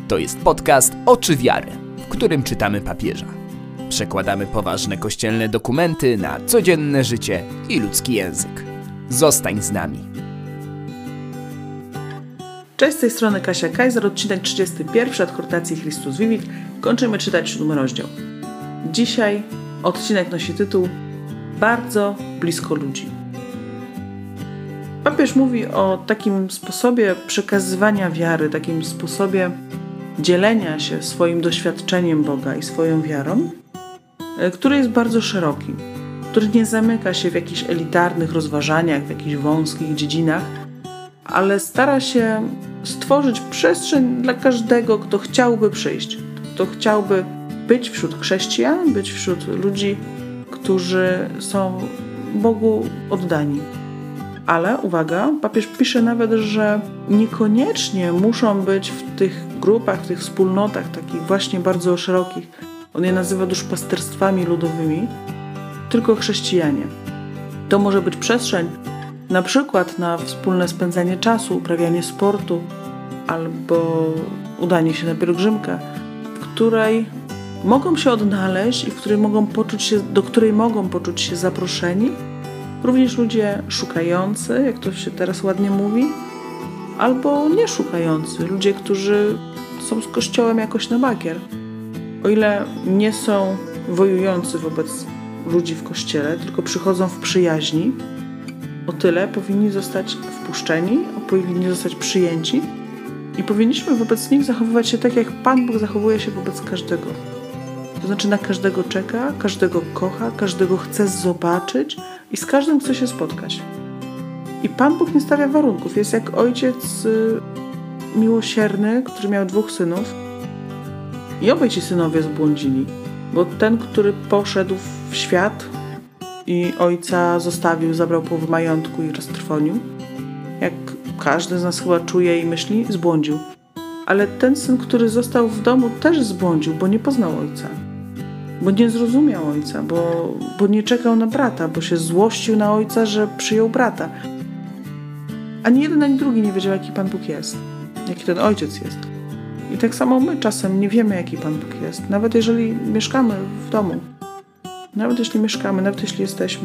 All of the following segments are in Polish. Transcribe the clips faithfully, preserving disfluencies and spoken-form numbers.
To jest podcast Oczy Wiary, w którym czytamy papieża. Przekładamy poważne kościelne dokumenty na codzienne życie i ludzki język. Zostań z nami. Cześć, z tej strony Kasia Kajzer, odcinek trzydziesty pierwszy adhortacji Christus Vivit. Kończymy czytać siódmy rozdział. Dzisiaj odcinek nosi tytuł Bardzo blisko ludzi. Papież mówi o takim sposobie przekazywania wiary, takim sposobie dzielenia się swoim doświadczeniem Boga i swoją wiarą, który jest bardzo szeroki, który nie zamyka się w jakichś elitarnych rozważaniach, w jakichś wąskich dziedzinach, ale stara się stworzyć przestrzeń dla każdego, kto chciałby przyjść, kto chciałby być wśród chrześcijan, być wśród ludzi, którzy są Bogu oddani. Ale, uwaga, papież pisze nawet, że niekoniecznie muszą być w tych grupach, w tych wspólnotach takich właśnie bardzo szerokich, on je nazywa duszpasterstwami ludowymi, tylko chrześcijanie. To może być przestrzeń na przykład na wspólne spędzanie czasu, uprawianie sportu albo udanie się na pielgrzymkę, w której mogą się odnaleźć i w której mogą poczuć się, do której mogą poczuć się zaproszeni również ludzie szukający, jak to się teraz ładnie mówi, albo nie szukający, ludzie, którzy są z Kościołem jakoś na bakier. O ile nie są wojujący wobec ludzi w Kościele, tylko przychodzą w przyjaźni, o tyle powinni zostać wpuszczeni, powinni zostać przyjęci i powinniśmy wobec nich zachowywać się tak, jak Pan Bóg zachowuje się wobec każdego. To znaczy na każdego czeka, każdego kocha, każdego chce zobaczyć i z każdym chce się spotkać. I Pan Bóg nie stawia warunków. Jest jak ojciec miłosierny, który miał dwóch synów i obaj ci synowie zbłądzili, bo ten, który poszedł w świat i ojca zostawił, zabrał połowę majątku i roztrwonił, jak każdy z nas chyba czuje i myśli, zbłądził. Ale ten syn, który został w domu, też zbłądził, bo nie poznał ojca. Bo nie zrozumiał ojca, bo, bo nie czekał na brata, bo się złościł na ojca, że przyjął brata. Ani jeden, ani drugi nie wiedział, jaki Pan Bóg jest, jaki ten ojciec jest. I tak samo my czasem nie wiemy, jaki Pan Bóg jest, nawet jeżeli mieszkamy w domu. Nawet jeśli mieszkamy, nawet jeśli jesteśmy.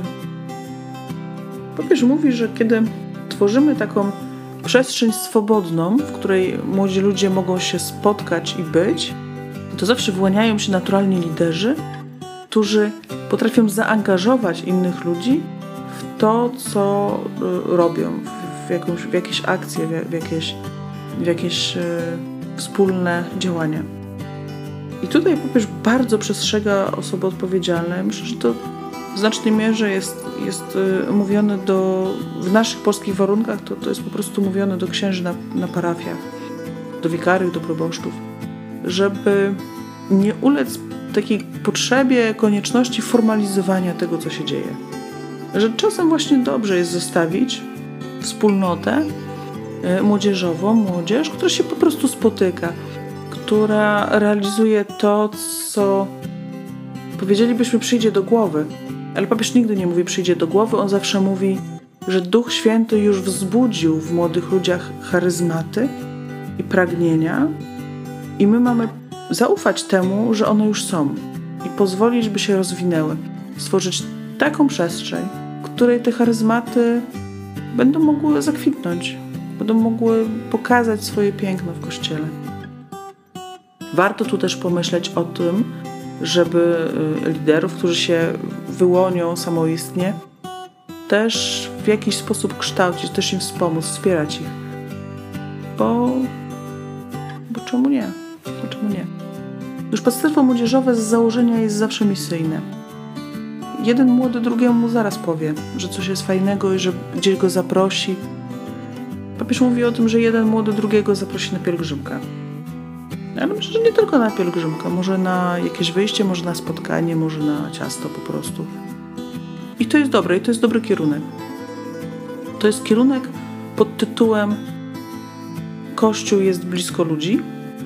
Papież mówi, że kiedy tworzymy taką przestrzeń swobodną, w której młodzi ludzie mogą się spotkać i być, to zawsze wyłaniają się naturalnie liderzy, którzy potrafią zaangażować innych ludzi w to, co robią, w, jakąś, w jakieś akcje, w, w jakieś, w jakieś e, wspólne działania. I tutaj papież bardzo przestrzega osoby odpowiedzialne. Myślę, że to w znacznej mierze jest, jest y, mówione do, w naszych polskich warunkach, to, to jest po prostu mówione do księży na, na parafiach, do wikariów, do proboszczów, żeby nie ulec takiej potrzebie, konieczności formalizowania tego, co się dzieje. Że czasem właśnie dobrze jest zostawić wspólnotę y, młodzieżową, młodzież, która się po prostu spotyka, która realizuje to, co powiedzielibyśmy przyjdzie do głowy. Ale papież nigdy nie mówi przyjdzie do głowy, on zawsze mówi, że Duch Święty już wzbudził w młodych ludziach charyzmaty i pragnienia i my mamy zaufać temu, że one już są i pozwolić, by się rozwinęły. Stworzyć taką przestrzeń, w której te charyzmaty będą mogły zakwitnąć, będą mogły pokazać swoje piękno w Kościele. Warto tu też pomyśleć o tym, żeby liderów, którzy się wyłonią samoistnie, też w jakiś sposób kształcić, też im wspomóc, wspierać ich. Bo, bo czemu nie? Bo czemu nie? Duszpasterstwo młodzieżowe z założenia jest zawsze misyjne. Jeden młody drugiemu zaraz powie, że coś jest fajnego i że gdzieś go zaprosi. Papież mówi o tym, że jeden młody drugiego zaprosi na pielgrzymkę. Ale myślę, że nie tylko na pielgrzymkę, może na jakieś wyjście, może na spotkanie, może na ciasto po prostu. I to jest dobre, i to jest dobry kierunek. To jest kierunek pod tytułem Kościół jest blisko ludzi,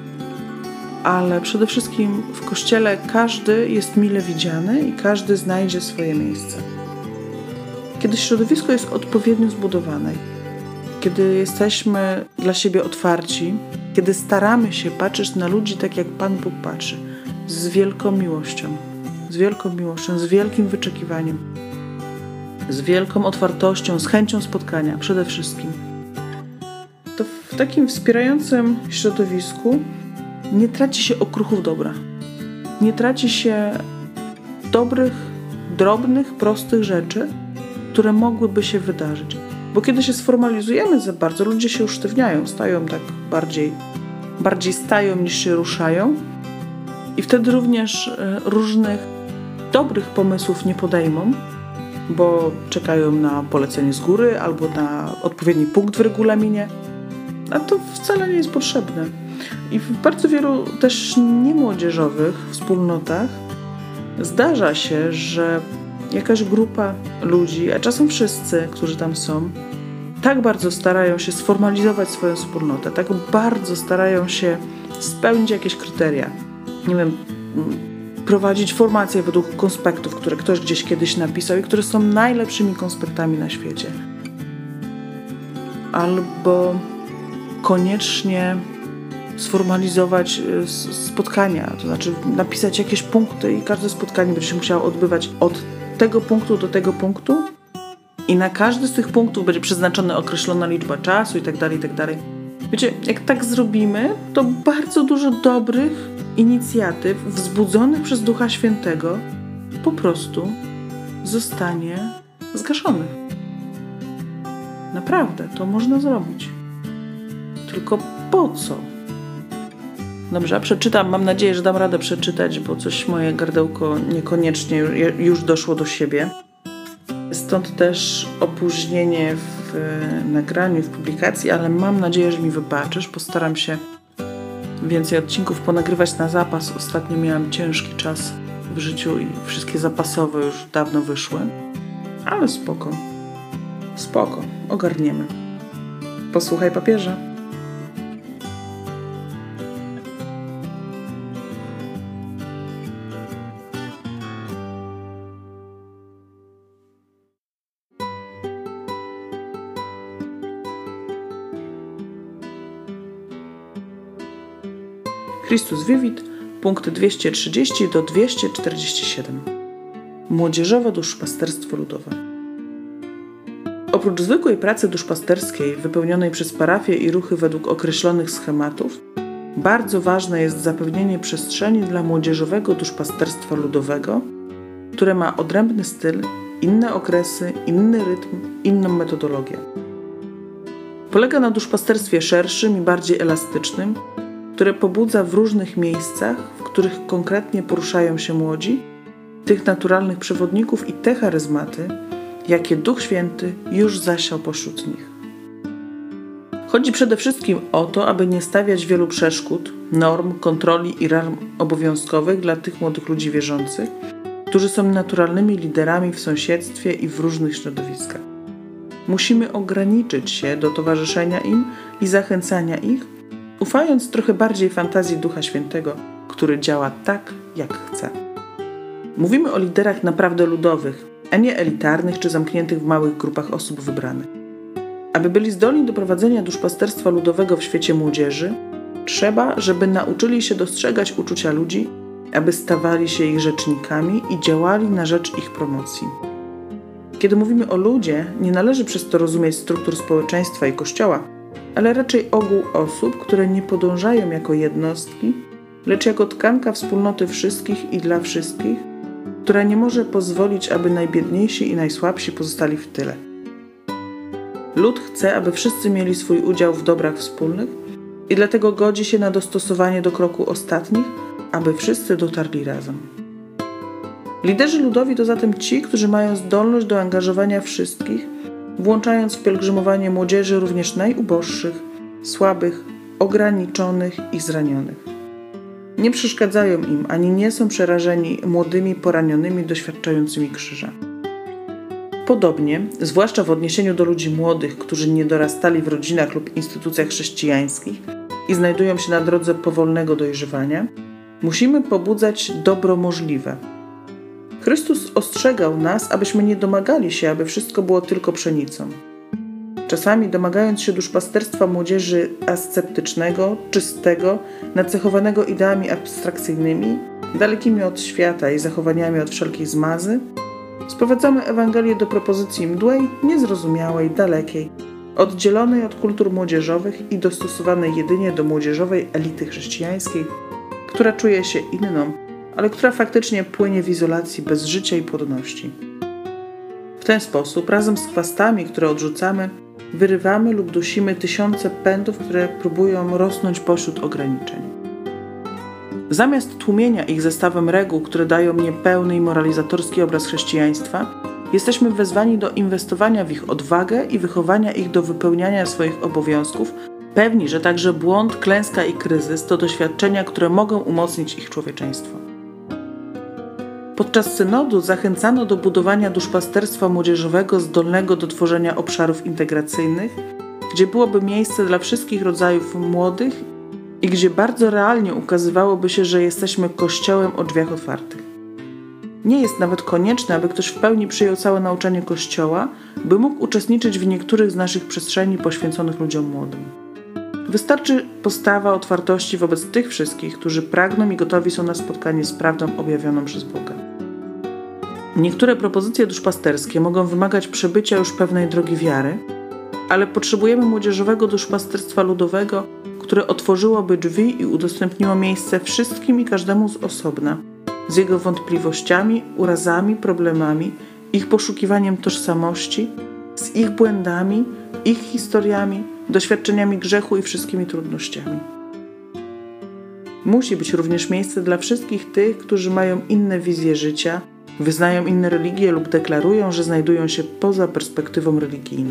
ale przede wszystkim w Kościele każdy jest mile widziany i każdy znajdzie swoje miejsce. Kiedy środowisko jest odpowiednio zbudowane, kiedy jesteśmy dla siebie otwarci, kiedy staramy się patrzeć na ludzi tak, jak Pan Bóg patrzy, z wielką miłością, z wielką miłością, z wielkim wyczekiwaniem, z wielką otwartością, z chęcią spotkania przede wszystkim, to w takim wspierającym środowisku nie traci się okruchów dobra. Nie traci się dobrych, drobnych, prostych rzeczy, które mogłyby się wydarzyć. Bo kiedy się sformalizujemy za bardzo, ludzie się usztywniają, stają tak bardziej, bardziej stają niż się ruszają i wtedy również różnych dobrych pomysłów nie podejmą, bo czekają na polecenie z góry albo na odpowiedni punkt w regulaminie, a to wcale nie jest potrzebne. I w bardzo wielu też niemłodzieżowych wspólnotach zdarza się, że jakaś grupa ludzi, a czasem wszyscy, którzy tam są, tak bardzo starają się sformalizować swoją wspólnotę, tak bardzo starają się spełnić jakieś kryteria. Nie wiem, prowadzić formacje według konspektów, które ktoś gdzieś kiedyś napisał i które są najlepszymi konspektami na świecie. Albo koniecznie sformalizować spotkania, to znaczy napisać jakieś punkty i każde spotkanie będzie się musiało odbywać od tego punktu do tego punktu i na każdy z tych punktów będzie przeznaczona określona liczba czasu i tak dalej, i tak dalej. Wiecie, jak tak zrobimy, to bardzo dużo dobrych inicjatyw wzbudzonych przez Ducha Świętego po prostu zostanie zgaszonych. Naprawdę, to można zrobić. Tylko po co? Dobrze, przeczytam. Mam nadzieję, że dam radę przeczytać, bo coś moje gardełko niekoniecznie już doszło do siebie. Stąd też opóźnienie w nagraniu, w publikacji, ale mam nadzieję, że mi wybaczysz. Postaram się więcej odcinków ponagrywać na zapas. Ostatnio miałam ciężki czas w życiu i wszystkie zapasowe już dawno wyszły. Ale spoko. Spoko. Ogarniemy. Posłuchaj papieża. Chrystus Vivit, punkty dwieście trzydzieści do dwieście czterdzieści siedem. Młodzieżowe duszpasterstwo ludowe. Oprócz zwykłej pracy duszpasterskiej wypełnionej przez parafie i ruchy według określonych schematów, bardzo ważne jest zapewnienie przestrzeni dla młodzieżowego duszpasterstwa ludowego, które ma odrębny styl, inne okresy, inny rytm, inną metodologię. Polega na duszpasterstwie szerszym i bardziej elastycznym, które pobudza w różnych miejscach, w których konkretnie poruszają się młodzi, tych naturalnych przewodników i te charyzmaty, jakie Duch Święty już zasiał pośród nich. Chodzi przede wszystkim o to, aby nie stawiać wielu przeszkód, norm, kontroli i ram obowiązkowych dla tych młodych ludzi wierzących, którzy są naturalnymi liderami w sąsiedztwie i w różnych środowiskach. Musimy ograniczyć się do towarzyszenia im i zachęcania ich, ufając trochę bardziej fantazji Ducha Świętego, który działa tak, jak chce. Mówimy o liderach naprawdę ludowych, a nie elitarnych czy zamkniętych w małych grupach osób wybranych. Aby byli zdolni do prowadzenia duszpasterstwa ludowego w świecie młodzieży, trzeba, żeby nauczyli się dostrzegać uczucia ludzi, aby stawali się ich rzecznikami i działali na rzecz ich promocji. Kiedy mówimy o ludzie, nie należy przez to rozumieć struktur społeczeństwa i Kościoła, ale raczej ogół osób, które nie podążają jako jednostki, lecz jako tkanka wspólnoty wszystkich i dla wszystkich, która nie może pozwolić, aby najbiedniejsi i najsłabsi pozostali w tyle. Lud chce, aby wszyscy mieli swój udział w dobrach wspólnych i dlatego godzi się na dostosowanie do kroku ostatnich, aby wszyscy dotarli razem. Liderzy ludowi to zatem ci, którzy mają zdolność do angażowania wszystkich, włączając w pielgrzymowanie młodzieży również najuboższych, słabych, ograniczonych i zranionych. Nie przeszkadzają im, ani nie są przerażeni młodymi poranionymi doświadczającymi krzyża. Podobnie, zwłaszcza w odniesieniu do ludzi młodych, którzy nie dorastali w rodzinach lub instytucjach chrześcijańskich i znajdują się na drodze powolnego dojrzewania, musimy pobudzać dobro możliwe. Chrystus ostrzegał nas, abyśmy nie domagali się, aby wszystko było tylko pszenicą. czasami domagając się duszpasterstwa młodzieży asceptycznego, czystego, nacechowanego ideami abstrakcyjnymi, dalekimi od świata i zachowaniami od wszelkiej zmazy, sprowadzamy Ewangelię do propozycji mdłej, niezrozumiałej, dalekiej, oddzielonej od kultur młodzieżowych i dostosowanej jedynie do młodzieżowej elity chrześcijańskiej, która czuje się inną, ale która faktycznie płynie w izolacji bez życia i płodności. W ten sposób, razem z chwastami, które odrzucamy, wyrywamy lub dusimy tysiące pędów, które próbują rosnąć pośród ograniczeń. Zamiast tłumienia ich zestawem reguł, które dają niepełny i moralizatorski obraz chrześcijaństwa, jesteśmy wezwani do inwestowania w ich odwagę i wychowania ich do wypełniania swoich obowiązków, pewni, że także błąd, klęska i kryzys to doświadczenia, które mogą umocnić ich człowieczeństwo. Podczas synodu zachęcano do budowania duszpasterstwa młodzieżowego zdolnego do tworzenia obszarów integracyjnych, gdzie byłoby miejsce dla wszystkich rodzajów młodych i gdzie bardzo realnie ukazywałoby się, że jesteśmy Kościołem o drzwiach otwartych. Nie jest nawet konieczne, aby ktoś w pełni przyjął całe nauczanie Kościoła, by mógł uczestniczyć w niektórych z naszych przestrzeni poświęconych ludziom młodym. Wystarczy postawa otwartości wobec tych wszystkich, którzy pragną i gotowi są na spotkanie z prawdą objawioną przez Boga. Niektóre propozycje duszpasterskie mogą wymagać przebycia już pewnej drogi wiary, ale potrzebujemy młodzieżowego duszpasterstwa ludowego, które otworzyłoby drzwi i udostępniło miejsce wszystkim i każdemu z osobna, z jego wątpliwościami, urazami, problemami, ich poszukiwaniem tożsamości, z ich błędami, ich historiami, doświadczeniami grzechu i wszystkimi trudnościami. Musi być również miejsce dla wszystkich tych, którzy mają inne wizje życia, wyznają inne religie lub deklarują, że znajdują się poza perspektywą religijną.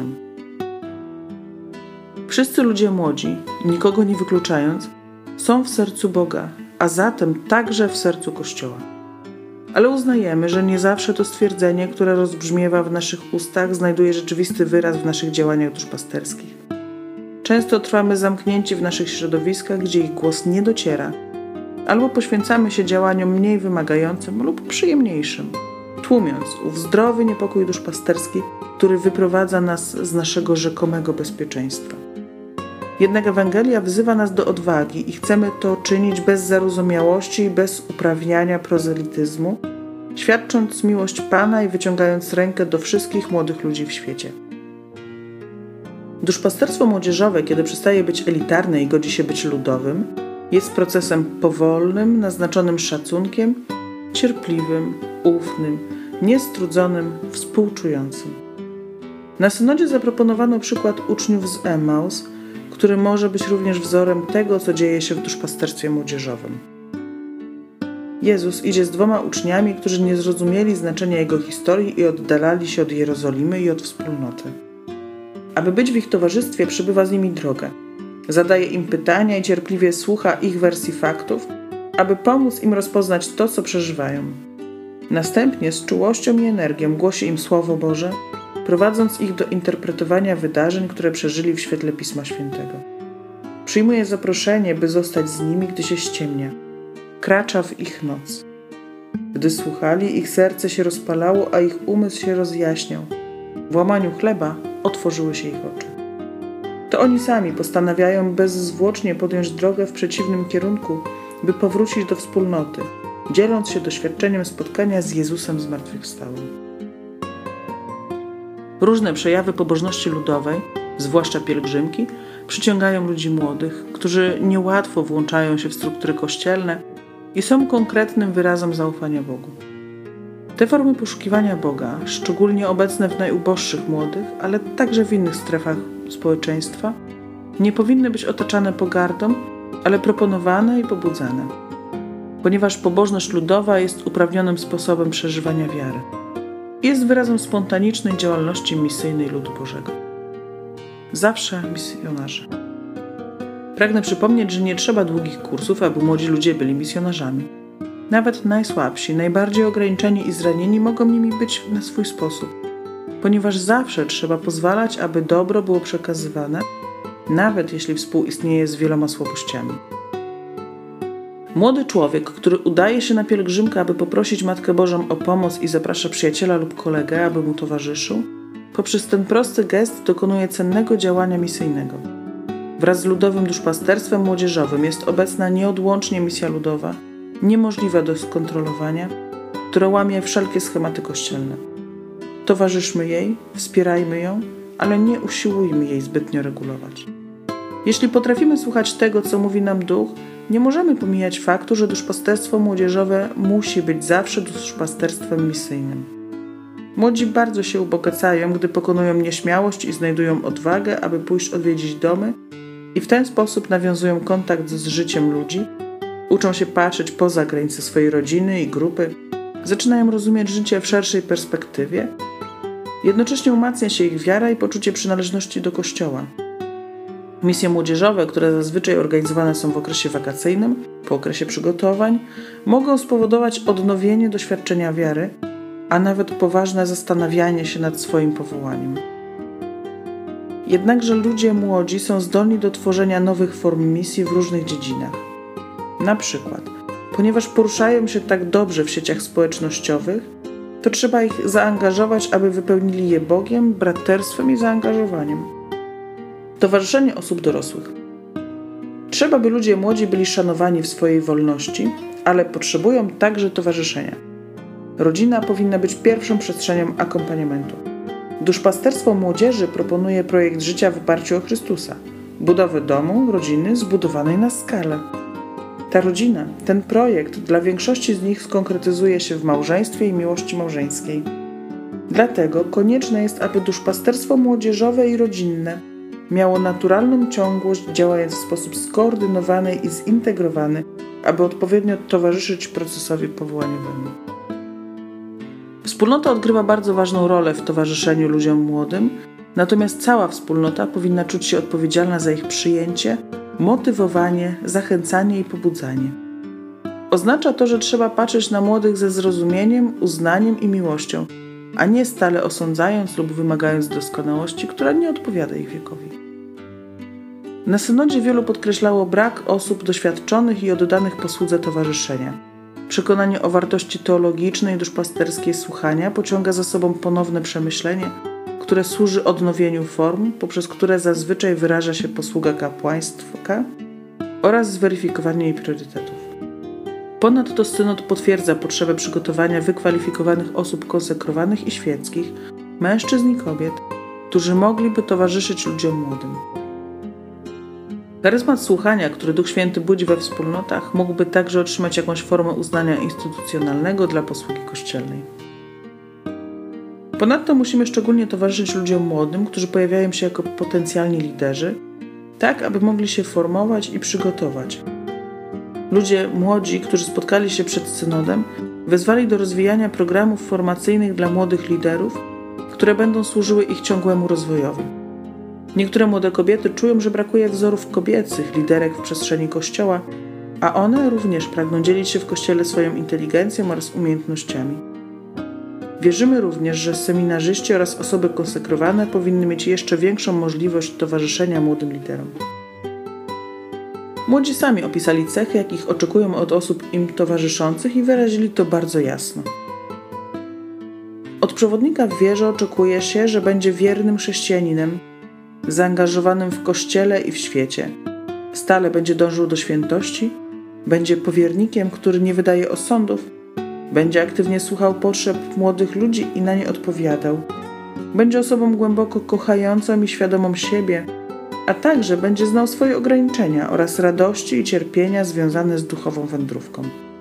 Wszyscy ludzie młodzi, nikogo nie wykluczając, są w sercu Boga, a zatem także w sercu Kościoła. Ale uznajemy, że nie zawsze to stwierdzenie, które rozbrzmiewa w naszych ustach, znajduje rzeczywisty wyraz w naszych działaniach duszpasterskich. Często trwamy zamknięci w naszych środowiskach, gdzie ich głos nie dociera, albo poświęcamy się działaniom mniej wymagającym lub przyjemniejszym, tłumiąc ów zdrowy niepokój duszpasterski, który wyprowadza nas z naszego rzekomego bezpieczeństwa. Jednak Ewangelia wzywa nas do odwagi i chcemy to czynić bez zarozumiałości i bez uprawniania prozelityzmu, świadcząc miłość Pana i wyciągając rękę do wszystkich młodych ludzi w świecie. Duszpasterstwo młodzieżowe, kiedy przestaje być elitarne i godzi się być ludowym, jest procesem powolnym, naznaczonym szacunkiem, cierpliwym, ufnym, niestrudzonym, współczującym. Na synodzie zaproponowano przykład uczniów z Emmaus, który może być również wzorem tego, co dzieje się w duszpasterstwie młodzieżowym. Jezus idzie z dwoma uczniami, którzy nie zrozumieli znaczenia Jego historii i oddalali się od Jerozolimy i od wspólnoty. Aby być w ich towarzystwie, przybywa z nimi drogę. Zadaje im pytania i cierpliwie słucha ich wersji faktów, aby pomóc im rozpoznać to, co przeżywają. Następnie z czułością i energią głosi im Słowo Boże, prowadząc ich do interpretowania wydarzeń, które przeżyli w świetle Pisma Świętego. Przyjmuje zaproszenie, by zostać z nimi, gdy się ściemnia. Kracza w ich noc. Gdy słuchali, ich serce się rozpalało, a ich umysł się rozjaśniał. W łamaniu chleba otworzyły się ich oczy. To oni sami postanawiają bezzwłocznie podjąć drogę w przeciwnym kierunku, by powrócić do wspólnoty, dzieląc się doświadczeniem spotkania z Jezusem zmartwychwstałym. Różne przejawy pobożności ludowej, zwłaszcza pielgrzymki, przyciągają ludzi młodych, którzy niełatwo włączają się w struktury kościelne i są konkretnym wyrazem zaufania Bogu. Te formy poszukiwania Boga, szczególnie obecne w najuboższych młodych, ale także w innych strefach społeczeństwa, nie powinny być otaczane pogardą, ale proponowane i pobudzane, ponieważ pobożność ludowa jest uprawnionym sposobem przeżywania wiary. Jest wyrazem spontanicznej działalności misyjnej ludu Bożego. Zawsze misjonarze. Pragnę przypomnieć, że nie trzeba długich kursów, aby młodzi ludzie byli misjonarzami. Nawet najsłabsi, najbardziej ograniczeni i zranieni mogą nimi być na swój sposób, ponieważ zawsze trzeba pozwalać, aby dobro było przekazywane, nawet jeśli współistnieje z wieloma słabościami. Młody człowiek, który udaje się na pielgrzymkę, aby poprosić Matkę Bożą o pomoc i zaprasza przyjaciela lub kolegę, aby mu towarzyszył, poprzez ten prosty gest dokonuje cennego działania misyjnego. Wraz z ludowym duszpasterstwem młodzieżowym jest obecna nieodłącznie misja ludowa, niemożliwa do skontrolowania, która łamie wszelkie schematy kościelne. Towarzyszmy jej, wspierajmy ją, ale nie usiłujmy jej zbytnio regulować. Jeśli potrafimy słuchać tego, co mówi nam Duch, nie możemy pomijać faktu, że duszpasterstwo młodzieżowe musi być zawsze duszpasterstwem misyjnym. Młodzi bardzo się ubogacają, gdy pokonują nieśmiałość i znajdują odwagę, aby pójść odwiedzić domy i w ten sposób nawiązują kontakt z życiem ludzi, uczą się patrzeć poza granice swojej rodziny i grupy, zaczynają rozumieć życie w szerszej perspektywie, jednocześnie umacnia się ich wiara i poczucie przynależności do Kościoła. Misje młodzieżowe, które zazwyczaj organizowane są w okresie wakacyjnym, po okresie przygotowań, mogą spowodować odnowienie doświadczenia wiary, a nawet poważne zastanawianie się nad swoim powołaniem. Jednakże ludzie młodzi są zdolni do tworzenia nowych form misji w różnych dziedzinach. Na przykład, ponieważ poruszają się tak dobrze w sieciach społecznościowych, to trzeba ich zaangażować, aby wypełnili je Bogiem, braterstwem i zaangażowaniem. Towarzyszenie osób dorosłych. Trzeba, by ludzie młodzi byli szanowani w swojej wolności, ale potrzebują także towarzyszenia. Rodzina powinna być pierwszą przestrzenią akompaniamentu. Duszpasterstwo młodzieży proponuje projekt życia w oparciu o Chrystusa, budowę domu, rodziny zbudowanej na skalę. Ta rodzina, ten projekt dla większości z nich skonkretyzuje się w małżeństwie i miłości małżeńskiej. Dlatego konieczne jest, aby duszpasterstwo młodzieżowe i rodzinne miało naturalną ciągłość, działając w sposób skoordynowany i zintegrowany, aby odpowiednio towarzyszyć procesowi powołaniowemu. Wspólnota odgrywa bardzo ważną rolę w towarzyszeniu ludziom młodym, natomiast cała wspólnota powinna czuć się odpowiedzialna za ich przyjęcie, motywowanie, zachęcanie i pobudzanie. Oznacza to, że trzeba patrzeć na młodych ze zrozumieniem, uznaniem i miłością, a nie stale osądzając lub wymagając doskonałości, która nie odpowiada ich wiekowi. Na synodzie wielu podkreślało brak osób doświadczonych i oddanych posłudze towarzyszenia. Przekonanie o wartości teologicznej i duszpasterskiej słuchania pociąga za sobą ponowne przemyślenie, które służy odnowieniu form, poprzez które zazwyczaj wyraża się posługa kapłaństwa oraz zweryfikowanie jej priorytetów. Ponadto synod potwierdza potrzebę przygotowania wykwalifikowanych osób konsekrowanych i świeckich, mężczyzn i kobiet, którzy mogliby towarzyszyć ludziom młodym. Charyzmat słuchania, który Duch Święty budzi we wspólnotach, mógłby także otrzymać jakąś formę uznania instytucjonalnego dla posługi kościelnej. Ponadto musimy szczególnie towarzyszyć ludziom młodym, którzy pojawiają się jako potencjalni liderzy, tak aby mogli się formować i przygotować. Ludzie młodzi, którzy spotkali się przed synodem, wezwali do rozwijania programów formacyjnych dla młodych liderów, które będą służyły ich ciągłemu rozwojowi. Niektóre młode kobiety czują, że brakuje wzorów kobiecych liderek w przestrzeni Kościoła, a one również pragną dzielić się w Kościele swoją inteligencją oraz umiejętnościami. Wierzymy również, że seminarzyści oraz osoby konsekrowane powinny mieć jeszcze większą możliwość towarzyszenia młodym liderom. Młodzi sami opisali cechy, jakich oczekują od osób im towarzyszących i wyrazili to bardzo jasno. Od przewodnika w wierze oczekuje się, że będzie wiernym chrześcijaninem, zaangażowanym w Kościele i w świecie. Stale będzie dążył do świętości, będzie powiernikiem, który nie wydaje osądów, będzie aktywnie słuchał potrzeb młodych ludzi i na nie odpowiadał. Będzie osobą głęboko kochającą i świadomą siebie, a także będzie znał swoje ograniczenia oraz radości i cierpienia związane z duchową wędrówką.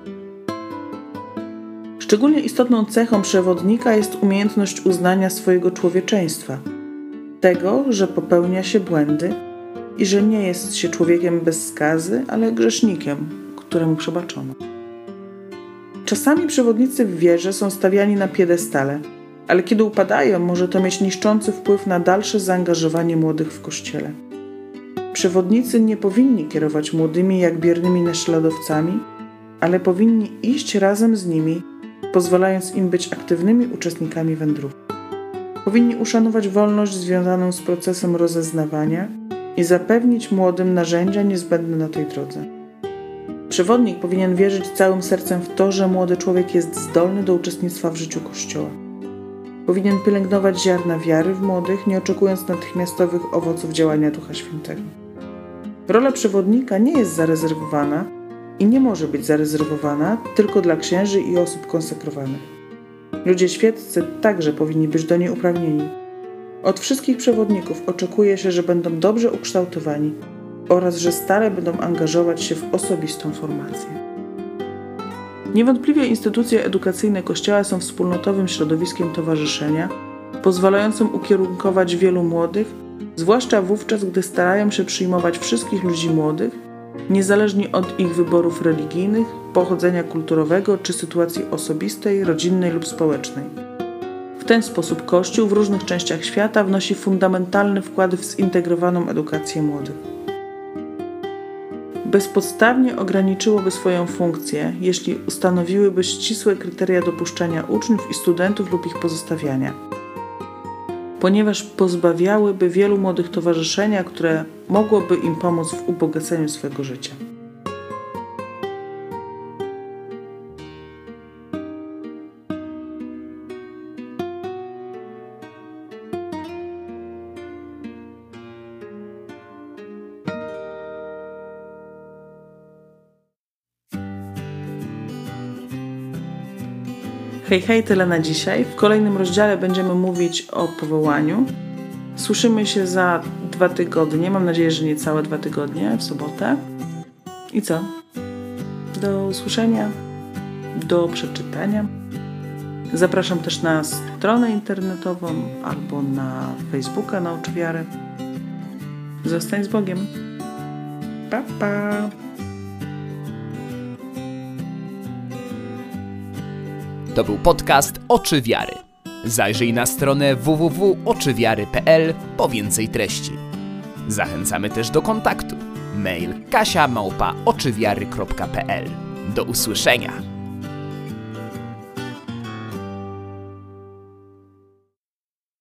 Szczególnie istotną cechą przewodnika jest umiejętność uznania swojego człowieczeństwa, tego, że popełnia się błędy i że nie jest się człowiekiem bez skazy, ale grzesznikiem, któremu przebaczono. Czasami przewodnicy w wierze są stawiani na piedestale, ale kiedy upadają, może to mieć niszczący wpływ na dalsze zaangażowanie młodych w Kościele. Przewodnicy nie powinni kierować młodymi jak biernymi naśladowcami, ale powinni iść razem z nimi, pozwalając im być aktywnymi uczestnikami wędrówki. Powinni uszanować wolność związaną z procesem rozeznawania i zapewnić młodym narzędzia niezbędne na tej drodze. Przewodnik powinien wierzyć całym sercem w to, że młody człowiek jest zdolny do uczestnictwa w życiu Kościoła. Powinien pielęgnować ziarna wiary w młodych, nie oczekując natychmiastowych owoców działania Ducha Świętego. Rola przewodnika nie jest zarezerwowana i nie może być zarezerwowana tylko dla księży i osób konsekrowanych. Ludzie świeccy także powinni być do niej uprawnieni. Od wszystkich przewodników oczekuje się, że będą dobrze ukształtowani oraz że stale będą angażować się w osobistą formację. Niewątpliwie instytucje edukacyjne Kościoła są wspólnotowym środowiskiem towarzyszenia, pozwalającym ukierunkować wielu młodych, zwłaszcza wówczas, gdy starają się przyjmować wszystkich ludzi młodych, niezależnie od ich wyborów religijnych, pochodzenia kulturowego czy sytuacji osobistej, rodzinnej lub społecznej. W ten sposób Kościół w różnych częściach świata wnosi fundamentalny wkład w zintegrowaną edukację młodych. Bezpodstawnie ograniczyłoby swoją funkcję, jeśli ustanowiłyby ścisłe kryteria dopuszczania uczniów i studentów lub ich pozostawiania, ponieważ pozbawiałyby wielu młodych towarzyszenia, które mogłoby im pomóc w ubogaceniu swojego życia. Hej, hej, tyle na dzisiaj. W kolejnym rozdziale będziemy mówić o powołaniu. Słyszymy się za dwa tygodnie. Mam nadzieję, że nie całe dwa tygodnie, w sobotę. I co? Do usłyszenia, do przeczytania. Zapraszam też na stronę internetową albo na Facebooka Naucz Wiary. Zostań z Bogiem. Pa, pa. To był podcast Oczy Wiary. Zajrzyj na stronę w w w kropka oczy wiary kropka p l po więcej treści. Zachęcamy też do kontaktu. Mail kasia małpa oczywiary kropka p l. Do usłyszenia!